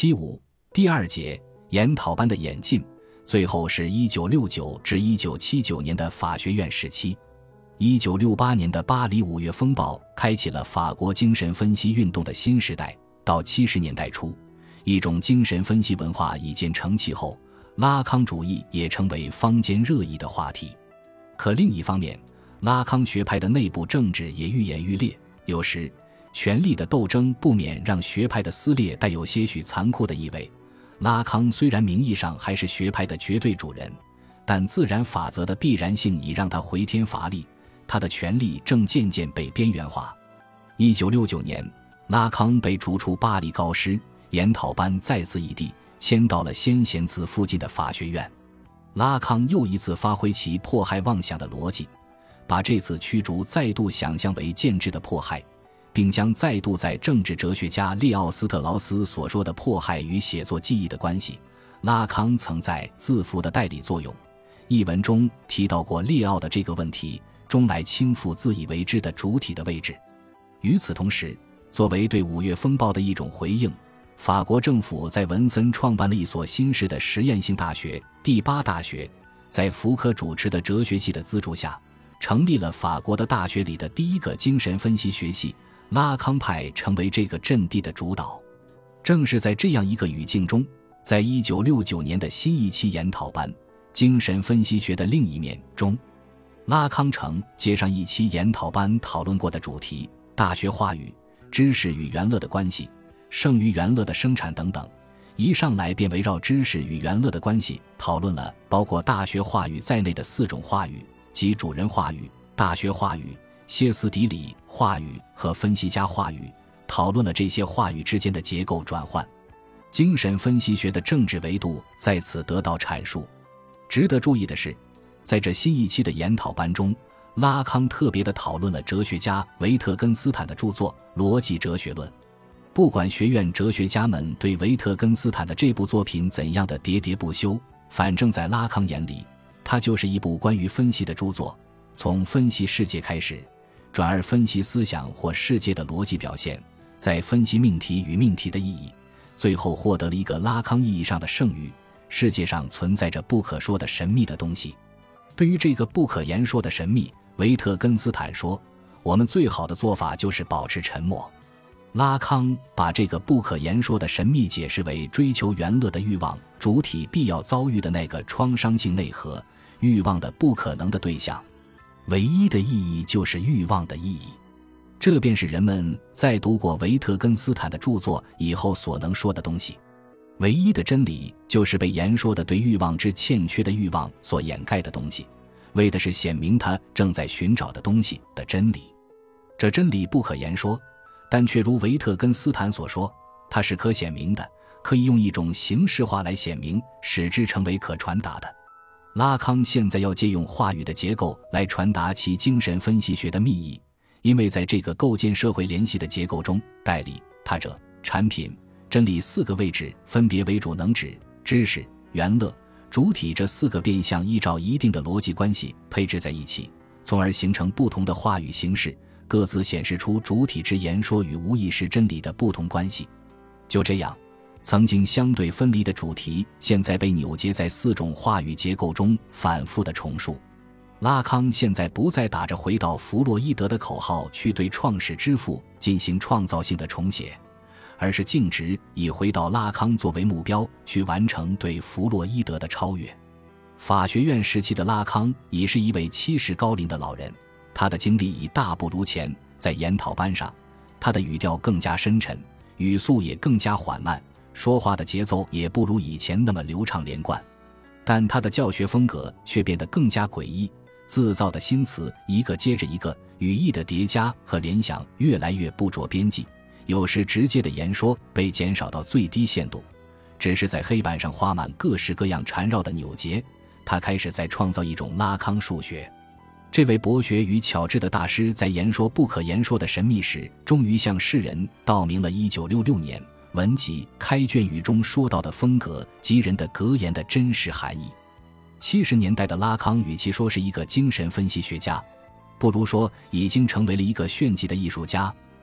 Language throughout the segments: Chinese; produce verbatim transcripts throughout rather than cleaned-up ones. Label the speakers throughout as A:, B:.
A: 七五第二节研讨班的演进，最后是一九六九至一九七九年的法学院时期。一九六八年的巴黎五月风暴开启了法国精神分析运动的新时代。到七十年代初，一种精神分析文化已见成气候，拉康主义也成为坊间热议的话题。可另一方面，拉康学派的内部政治也愈演愈烈，有时权力的斗争不免让学派的撕裂带有些许残酷的意味。拉康虽然名义上还是学派的绝对主人，但自然法则的必然性已让他回天乏力，他的权力正渐渐被边缘化。一九六九年，拉康被逐出巴黎高师，研讨班再次异地，迁到了先贤祠附近的法学院。拉康又一次发挥其迫害妄想的逻辑，把这次驱逐再度想象为建制的迫害，并将再度在政治哲学家列奥斯特劳斯所说的迫害与写作记忆的关系。拉康曾在《字符的代理作用》一文中提到过列奥的这个问题，终来倾覆自以为知的主体的位置。与此同时，作为对五月风暴的一种回应，法国政府在文森创办了一所新式的实验性大学——第八大学，在福柯主持的哲学系的资助下，成立了法国的大学里的第一个精神分析学系。拉康派成为这个阵地的主导。正是在这样一个语境中，在一九六九年的新一期研讨班《精神分析学的另一面》中，拉康承接上一期研讨班讨论过的主题：大学话语、知识与原乐的关系、剩余原乐的生产等等。一上来便围绕知识与原乐的关系讨论了包括大学话语在内的四种话语，即主人话语、大学话语、歇斯底里话语和分析家话语，讨论了这些话语之间的结构转换。精神分析学的政治维度在此得到阐述。值得注意的是，在这新一期的研讨班中，拉康特别地讨论了哲学家维特根斯坦的著作《逻辑哲学论》。不管学院哲学家们对维特根斯坦的这部作品怎样的喋喋不休，反正在拉康眼里，它就是一部关于分析的著作，从分析世界开始，转而分析思想或世界的逻辑表现，再分析命题与命题的意义，最后获得了一个拉康意义上的圣谕：世界上存在着不可说的神秘的东西。对于这个不可言说的神秘，维特根斯坦说，我们最好的做法就是保持沉默。拉康把这个不可言说的神秘解释为追求原乐的欲望主体必要遭遇的那个创伤性内核，欲望的不可能的对象。唯一的意义就是欲望的意义，这便是人们在读过维特根斯坦的著作以后所能说的东西。唯一的真理就是被言说的对欲望之欠缺的欲望所掩盖的东西，为的是显明他正在寻找的东西的真理。这真理不可言说，但却如维特根斯坦所说，它是可显明的，可以用一种形式化来显明，使之成为可传达的。拉康现在要借用话语的结构来传达其精神分析学的密意，因为在这个构建社会联系的结构中，代理、他者、产品、真理四个位置分别为主能指、知识、原乐、主体这四个变相依照一定的逻辑关系配置在一起，从而形成不同的话语形式，各自显示出主体之言说与无意识真理的不同关系。就这样，曾经相对分离的主题现在被扭结在四种话语结构中反复的重述。拉康现在不再打着回到弗洛伊德的口号去对创世之父进行创造性的重写，而是径直以回到拉康作为目标去完成对弗洛伊德的超越。法学院时期的拉康已是一位七十高龄的老人，他的经历已大不如前，在研讨班上，他的语调更加深沉，语速也更加缓慢，说话的节奏也不如以前那么流畅连贯。但他的教学风格却变得更加诡异，自造的新词一个接着一个，语义的叠加和联想越来越不着边际，有时直接的言说被减少到最低限度，只是在黑板上画满各式各样缠绕的扭结。他开始在创造一种拉康数学。这位博学与巧智的大师在言说不可言说的神秘时，终于向世人道明了一九六六年文集开卷语中说到的风格及人的格言的真实含义。七十年代的拉康与其说是一个精神分析学家，不如说已经成为了一个炫技的艺术家。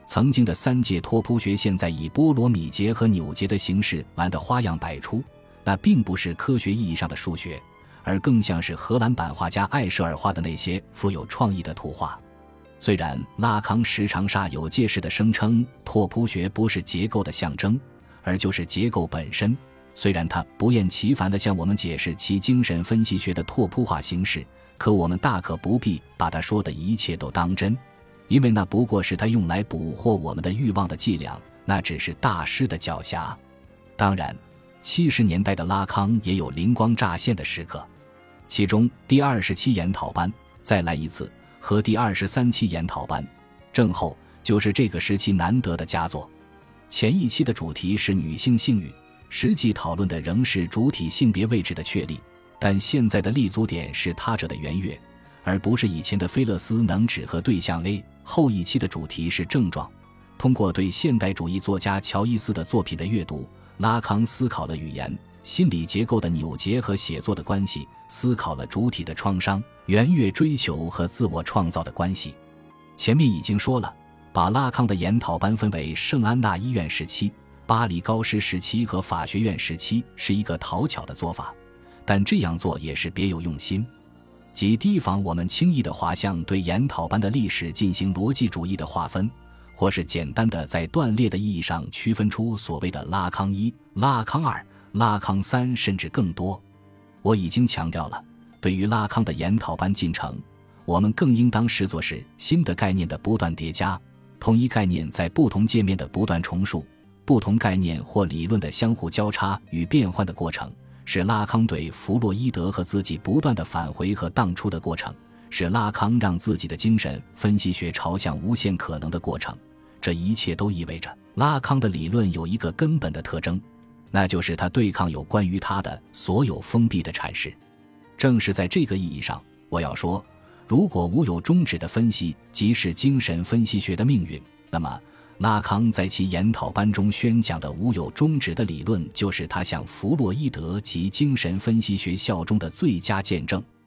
A: 曾经的三界拓扑学现在以波罗米结和扭结的形式玩得花样百出，那并不是科学意义上的数学，而更像是荷兰版画家艾舍尔画的那些富有创意的图画。虽然拉康时常煞有介事地声称拓扑学不是结构的象征，而就是结构本身，虽然他不厌其烦地向我们解释其精神分析学的拓扑化形式，可我们大可不必把他说的一切都当真，因为那不过是他用来捕获我们的欲望的伎俩，那只是大师的狡黠。当然，七十年代的拉康也有灵光乍现的时刻，其中第二十期研讨班再来一次和第二十三期研讨班正后就是这个时期难得的佳作。前一期的主题是女性性欲，实际讨论的仍是主体性别位置的确立，但现在的立足点是他者的圆月，而不是以前的菲勒斯能指和对象 A。 后一期的主题是症状，通过对现代主义作家乔伊斯的作品的阅读，拉康思考了语言、心理结构的扭结和写作的关系，思考了主体的创伤、圆月追求和自我创造的关系。前面已经说了，把拉康的研讨班分为圣安娜医院时期、巴黎高师时期和法学院时期是一个讨巧的做法，但这样做也是别有用心，即提防我们轻易地滑向对研讨班的历史进行逻辑主义的划分，或是简单的在断裂的意义上区分出所谓的拉康一、拉康二、拉康三甚至更多。我已经强调了，对于拉康的研讨班进程，我们更应当视作是新的概念的不断叠加，同一概念在不同界面的不断重述，不同概念或理论的相互交叉与变换的过程，是拉康对弗洛伊德和自己不断的返回和荡出的过程，是拉康让自己的精神分析学朝向无限可能的过程。这一切都意味着拉康的理论有一个根本的特征，那就是他对抗有关于他的所有封闭的阐释。正是在这个意义上，我要说，如果无有终止的分析即是精神分析学的命运，那么拉康在其研讨班中宣讲的无有终止的理论，就是他向弗洛伊德及精神分析学效忠的最佳见证。